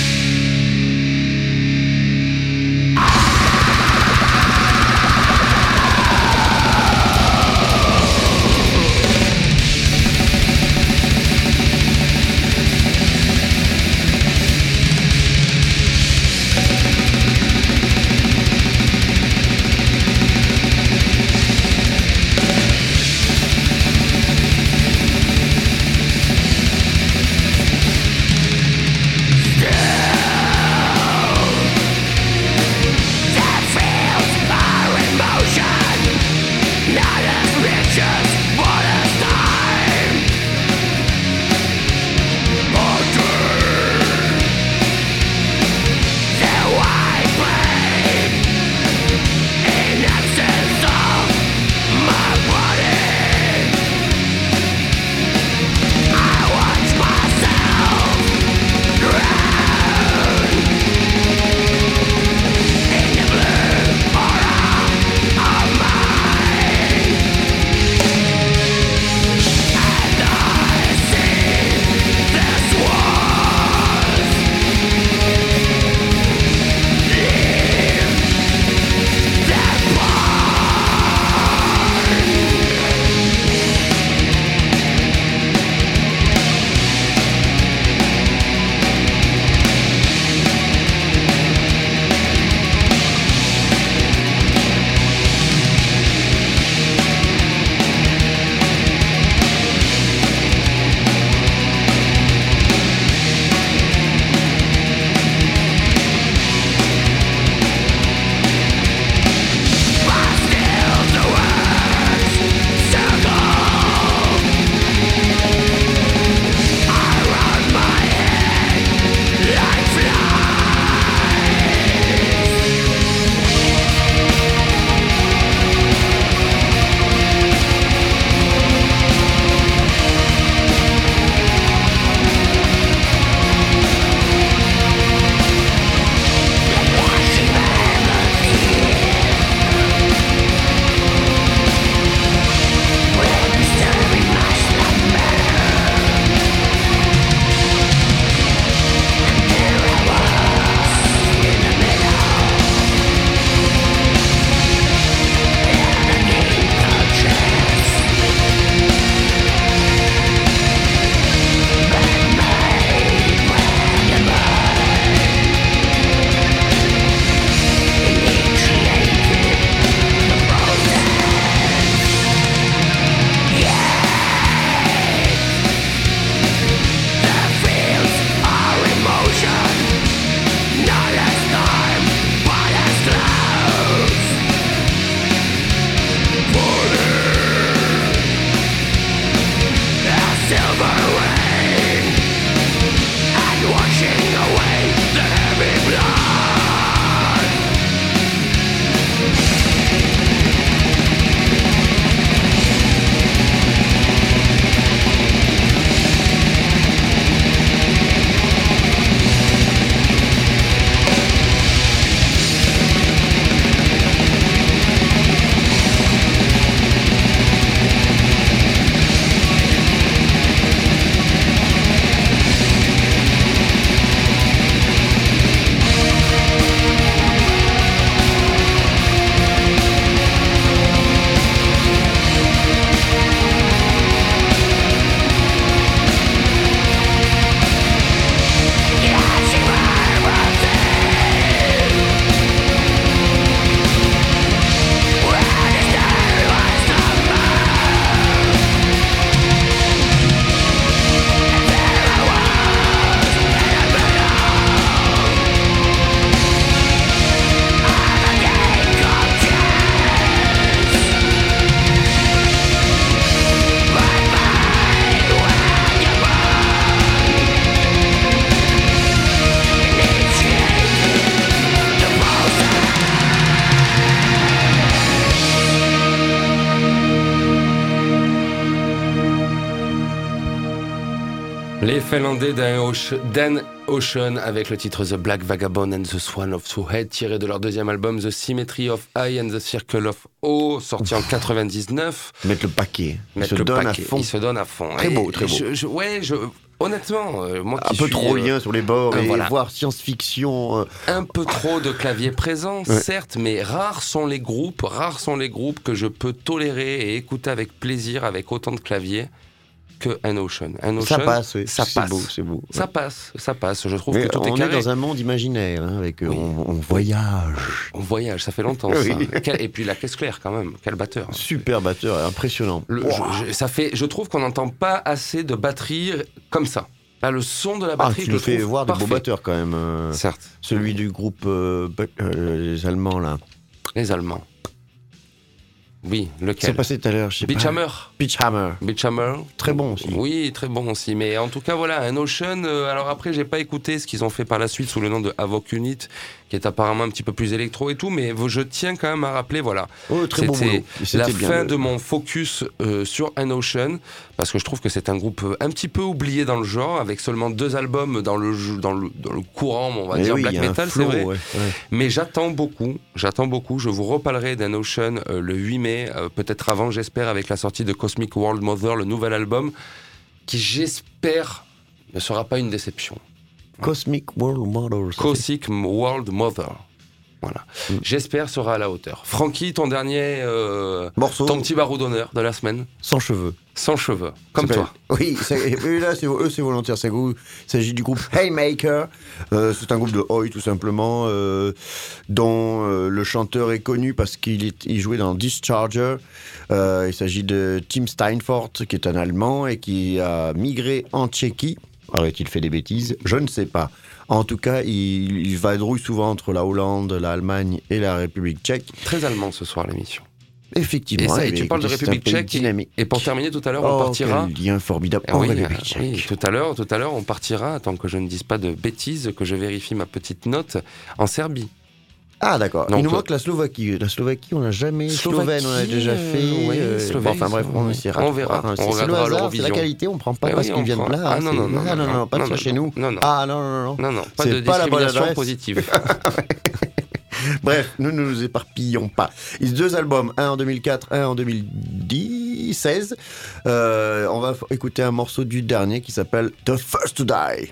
Thank Les Finlandais Dan Ocean, Dan Ocean avec le titre The Black Vagabond and the Swan of Suhed, tiré de leur deuxième album The Symmetry of Eye and the Circle of O, sorti en quatre-vingt-dix-neuf. Mettre le paquet. Il Mettre se le donne paquet. à fond. Il se donne à fond. Très Et beau, très beau. Je, je, ouais, je, honnêtement, euh, moi qui Un peu suis, trop euh, lien sur les bords euh, et voilà. voir science-fiction. euh, Un peu trop de clavier présent, Ouais. certes, mais rares sont les groupes, rares sont les groupes que je peux tolérer et écouter avec plaisir, avec autant de clavier que Un Ocean. Un Ocean, Ça passe, oui. ça C'est passe. beau, c'est beau. Ça passe, ça passe. Je trouve Mais que tout on est carré. dans un monde imaginaire, hein, avec euh, Oui. on, on voyage. On voyage, ça fait longtemps Oui. ça. Quel- Et puis la caisse claire quand même, quel batteur. Super batteur, impressionnant. Le- Wow. je, je- ça fait, je trouve qu'on n'entend pas assez de batterie comme ça. Là, le son de la Ah, batterie, tu je nous le fais trouve voir de beaux parfait. batteurs quand même. euh, Certes, celui du groupe euh, Be- euh, les Allemands là. les Allemands. Oui, C'est lequel passé tout à l'heure, je sais Beach pas. Hammer. Beach Hammer. Beach Hammer. Très bon aussi. Oui, très bon aussi. Mais en tout cas, voilà, un Ocean. Euh, alors après, j'ai pas écouté ce qu'ils ont fait par la suite sous le nom de Havoc Unit, qui est apparemment un petit peu plus électro et tout. Mais je tiens quand même à rappeler, voilà, Oh, très bon c'était boulot. Et la c'était bien fin le- de mon focus euh, sur un Ocean, parce que je trouve que c'est un groupe euh, un petit peu oublié dans le genre, avec seulement deux albums dans le jeu- dans le, dans le courant, on va Eh dire oui, black il y a un metal, c'est flow, vrai. ouais, ouais. Mais j'attends beaucoup, j'attends beaucoup. Je vous reparlerai d'un Ocean euh, le huit mai, euh, peut-être avant, j'espère, avec la sortie de Cosmic World Mother, le nouvel album, qui j'espère ne sera pas une déception. Cosmic World Model. ça fait- Cosmic World Mother. Voilà. Mm. J'espère sera à la hauteur. Francky, ton dernier, euh, Morceau ton petit barreau d'honneur de la semaine, sans cheveux. sans cheveux, comme Ça toi. s'appelle- Oui, c'est- oui, là, c'est, eux, c'est volontaire. C'est, il s'agit du groupe Haymaker. Euh, c'est un groupe de Oi, tout simplement, euh, dont euh, le chanteur est connu parce qu'il est, il jouait dans Discharger. Euh, il s'agit de Tim Steinfort, qui est un Allemand et qui a migré en Tchéquie. Aurait-il fait des bêtises? Je ne sais pas. En tout cas, il, il vadrouille souvent entre la Hollande, l'Allemagne et la République tchèque. Très allemand ce soir l'émission. Effectivement. Et ça, eh et bien, tu parles de écoutez, c'est un République pays tchèque. dynamique. Et pour terminer, tout à l'heure, on Oh, partira. quel lien formidable Ah en oui, République euh, tchèque. oui, tout à l'heure, tout à l'heure, on partira. Attends que je ne dise pas de bêtises, que je vérifie ma petite note en Serbie. Ah d'accord. Donc, Il nous euh, manque la Slovaquie. La Slovaquie, on n'a jamais. Slovaquie, Slovène, on a déjà euh, fait. ouais, euh, Slovène, bon, enfin bref, on ouais. essaiera. On de verra. voir, hein. On C'est- c'est regardera le hasard, l'Eurovision. c'est la qualité. On prend pas Eh parce oui, qu'ils on viennent prend- là. Ah non, c'est- non, non, non, non, non, non, pas non, de ça non, chez nous. non, non. Ah non, non, non. Non, non, pas C'est de pas la bonne discrimination adresse. positive. Bref, nous ne nous éparpillons pas. Ils ont deux albums, un en deux mille quatre, un en deux mille seize. Euh, on va f- écouter un morceau du dernier qui s'appelle The First to Die.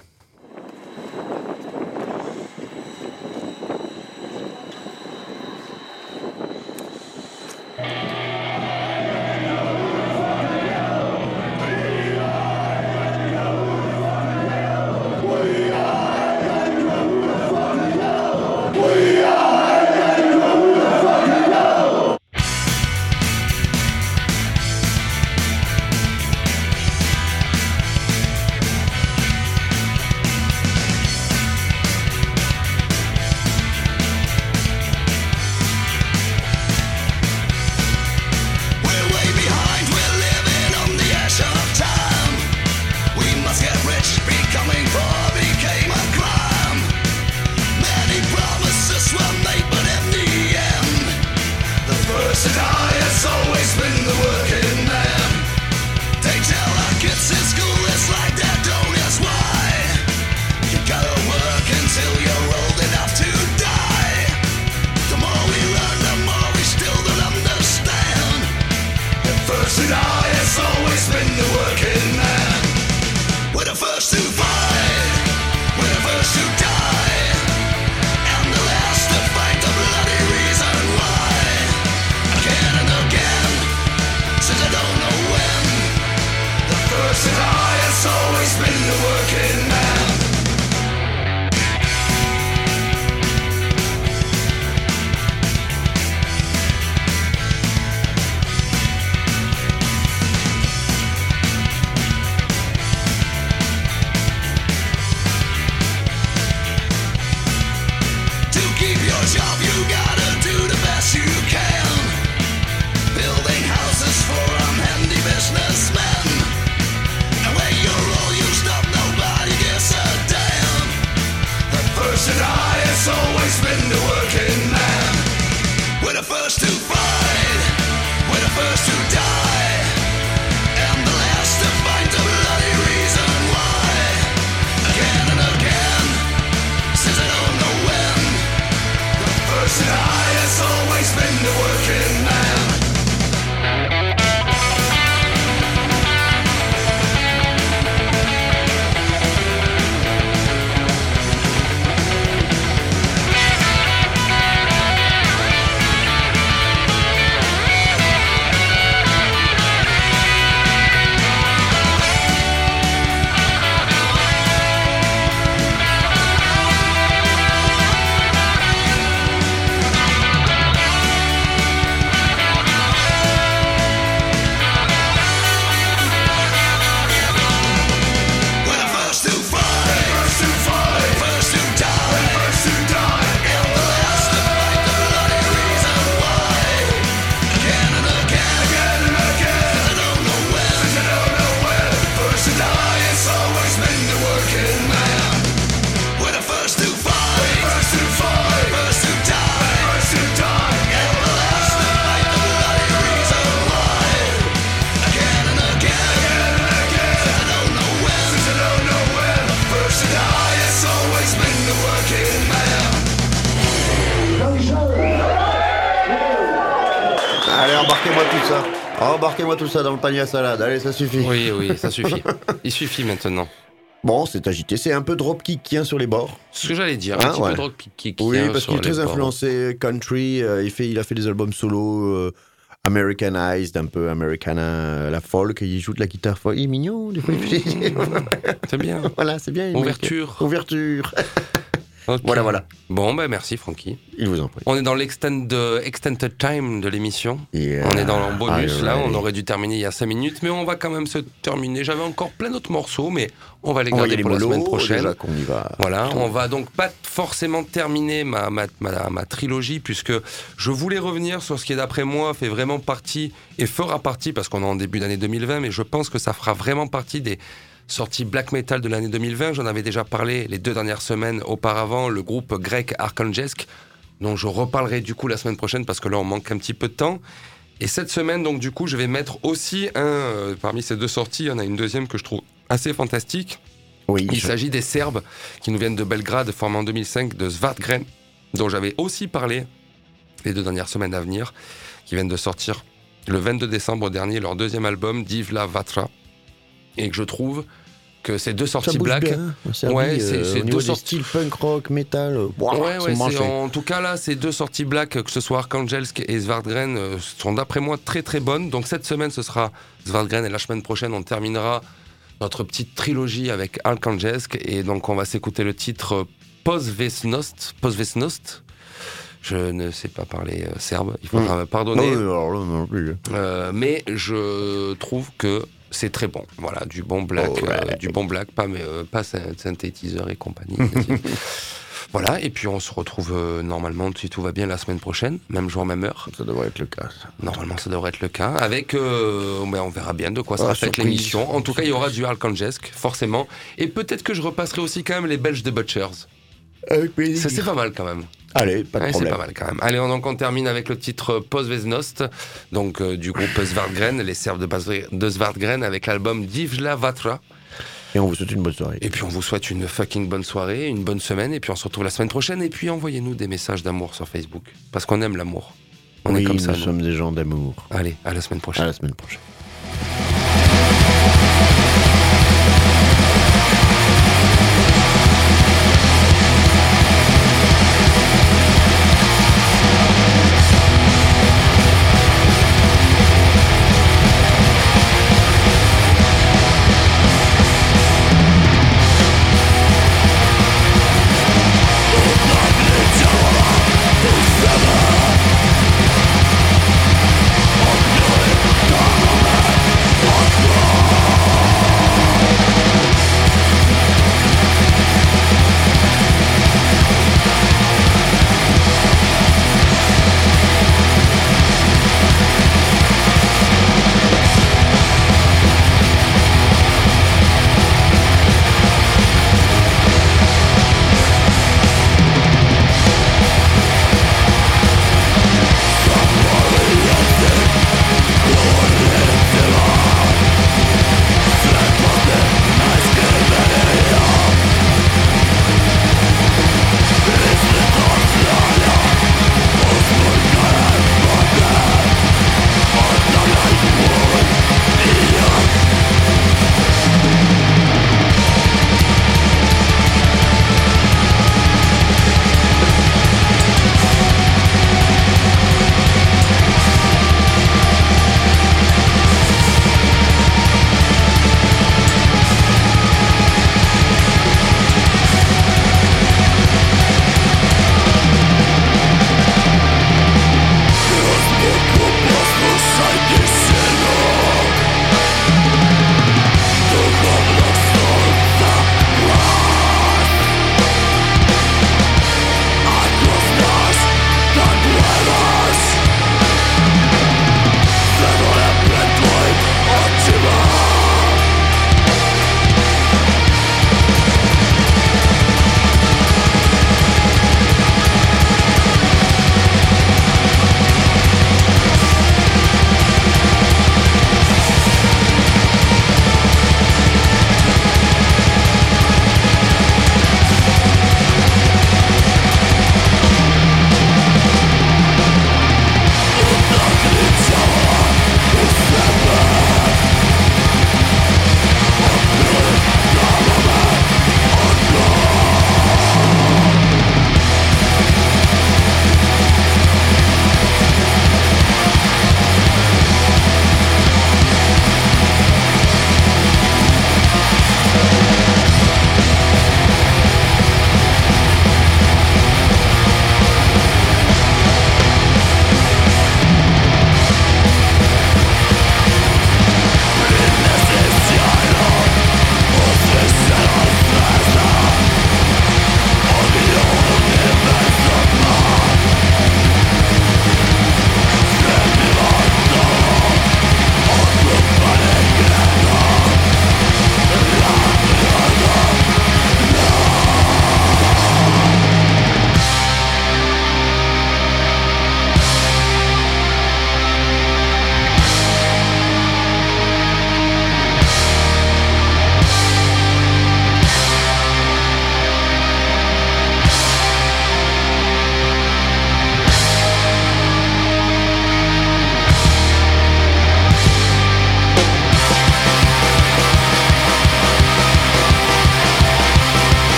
We're way behind, we're living on the edge of time. We must get rich, becoming poor became a crime. Many promises were made, but in the end, the first to die has always been the working man. They tell our kids in school it's like that, don't ask why. You gotta work until you're old enough to die. The more we learn, the more we still don't understand. The first to die has always been the working man. We're the first to fight, we're the first to die, and the last to fight the bloody reason why. Again and again, since I don't know when. The first to die has always been the working man. tout ça. Embarquez-moi tout ça dans le panier à salade. Allez, ça suffit. Oui, oui, ça suffit. Il suffit maintenant. Bon, c'est agité. C'est un peu dropkick hein, sur les bords. Ce que j'allais dire, Hein, un petit ouais. peu de rock kick. Oui, hein, parce sur qu'il est très les bords. influencé country. euh, il, fait, il a fait des albums solo euh, Americanized, un peu Americana, la folk. Il joue de la guitare folk. Il est mignon, des fois. Il fait... C'est bien. voilà, c'est bien. il Ouverture. marque- Ouverture. Ok. Voilà, voilà. Bon, bah merci Francky. Il vous en prie. On est dans l'extended extended time de l'émission. Yeah. On est dans le bonus, là, Alrighty. on aurait dû terminer il y a cinq minutes, mais on va quand même se terminer. J'avais encore plein d'autres morceaux, mais on va les On va y garder aller pour la mollo, semaine prochaine. déjà qu'on y va. Voilà, on va donc pas forcément terminer ma, ma, ma, ma trilogie, puisque je voulais revenir sur ce qui, d'après moi, fait vraiment partie, et fera partie, parce qu'on est en début d'année deux mille vingt, mais je pense que ça fera vraiment partie des sorties black metal de l'année deux mille vingt. J'en avais déjà parlé les deux dernières semaines auparavant, le groupe grec Arkangelsk, dont je reparlerai du coup la semaine prochaine, parce que là, on manque un petit peu de temps. Et cette semaine, donc du coup, je vais mettre aussi un, euh, parmi ces deux sorties, il y en a une deuxième que je trouve assez fantastique. Oui, Il je- s'agit des Serbes qui nous viennent de Belgrade, formés en deux mille cinq, de Svartgren, dont j'avais aussi parlé les deux dernières semaines à venir, qui viennent de sortir le vingt-deux décembre dernier leur deuxième album, Divla Vatra, et que je trouve que ces deux ça sorties bouge black... bien. En Serbie, Ouais, c'est- euh, c'est au niveau deux des sortes- styles punk rock, metal. euh, ouah, Ouais, sont ouais, branchés. c'est- en tout cas là, ces deux sorties black, que ce soit Arkangelsk et Svartgren, euh, sont d'après moi très très bonnes. Donc cette semaine, ce sera Svartgren, et la semaine prochaine, on terminera notre petite trilogie avec Arkangelsk, et donc on va s'écouter le titre euh, Pozvesnost. Pozvesnost. Je ne sais pas parler euh, serbe, il faudra me Non, pardonner. mais alors là, non plus. Euh, mais je trouve que c'est très bon. Voilà, du bon black, Alright. euh, du bon black, pas, mais, euh, pas syn- synthétiseur et compagnie. Voilà, et puis on se retrouve euh, normalement, si tout va bien, la semaine prochaine, même jour, même heure. Ça devrait être le cas. ça. Normalement, ça devrait être le cas. Avec, euh, ben, on verra bien de quoi ça Ah, va être surprise. l'émission. En tout cas, il y aura du Arkangelsk, forcément. Et peut-être que je repasserai aussi quand même les Belges de Butchers. Avec plaisir. Ça, c'est pas mal quand même. Allez, pas de Ouais, c'est problème. pas mal quand même. Allez, on, donc on termine avec le titre Pozvesnost, donc euh, du groupe Svartgren, les Serbes de, Bas- de Svartgren, avec l'album Divla Vatra. Et on vous souhaite une bonne soirée. Et puis on vous souhaite une fucking bonne soirée, une bonne semaine, et puis on se retrouve la semaine prochaine. Et puis envoyez-nous des messages d'amour sur Facebook, parce qu'on aime l'amour. On oui, est comme ça, nous nous. sommes des gens d'amour. Allez, à la semaine prochaine. À la semaine prochaine.